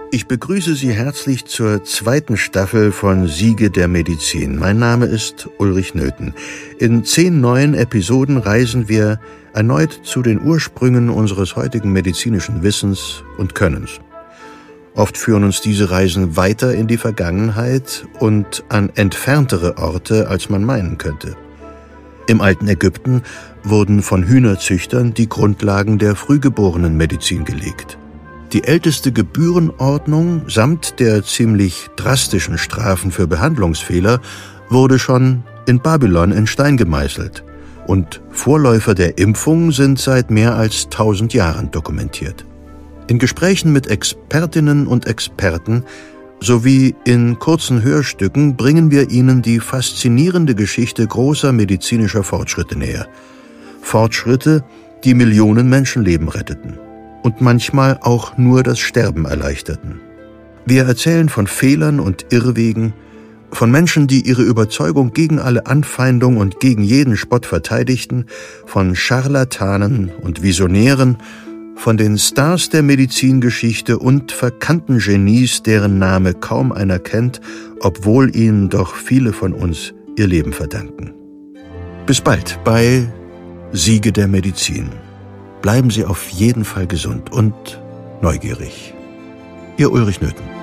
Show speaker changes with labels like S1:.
S1: Ich begrüße Sie herzlich zur 2. Staffel von Siege der Medizin. Mein Name ist Ulrich Nöthen. In 10 neuen Episoden reisen wir erneut zu den Ursprüngen unseres heutigen medizinischen Wissens und Könnens. Oft führen uns diese Reisen weiter in die Vergangenheit und an entferntere Orte, als man meinen könnte. Im alten Ägypten wurden von Hühnerzüchtern die Grundlagen der Frühgeborenenmedizin gelegt. Die älteste Gebührenordnung samt der ziemlich drastischen Strafen für Behandlungsfehler wurde schon in Babylon in Stein gemeißelt und Vorläufer der Impfung sind seit mehr als 1000 Jahren dokumentiert. In Gesprächen mit Expertinnen und Experten sowie in kurzen Hörstücken bringen wir Ihnen die faszinierende Geschichte großer medizinischer Fortschritte näher. Fortschritte, die Millionen Menschenleben retteten und manchmal auch nur das Sterben erleichterten. Wir erzählen von Fehlern und Irrwegen, von Menschen, die ihre Überzeugung gegen alle Anfeindung und gegen jeden Spott verteidigten, von Scharlatanen und Visionären, von den Stars der Medizingeschichte und verkannten Genies, deren Name kaum einer kennt, obwohl ihnen doch viele von uns ihr Leben verdanken. Bis bald bei Siege der Medizin. Bleiben Sie auf jeden Fall gesund und neugierig. Ihr Ulrich Nöthen.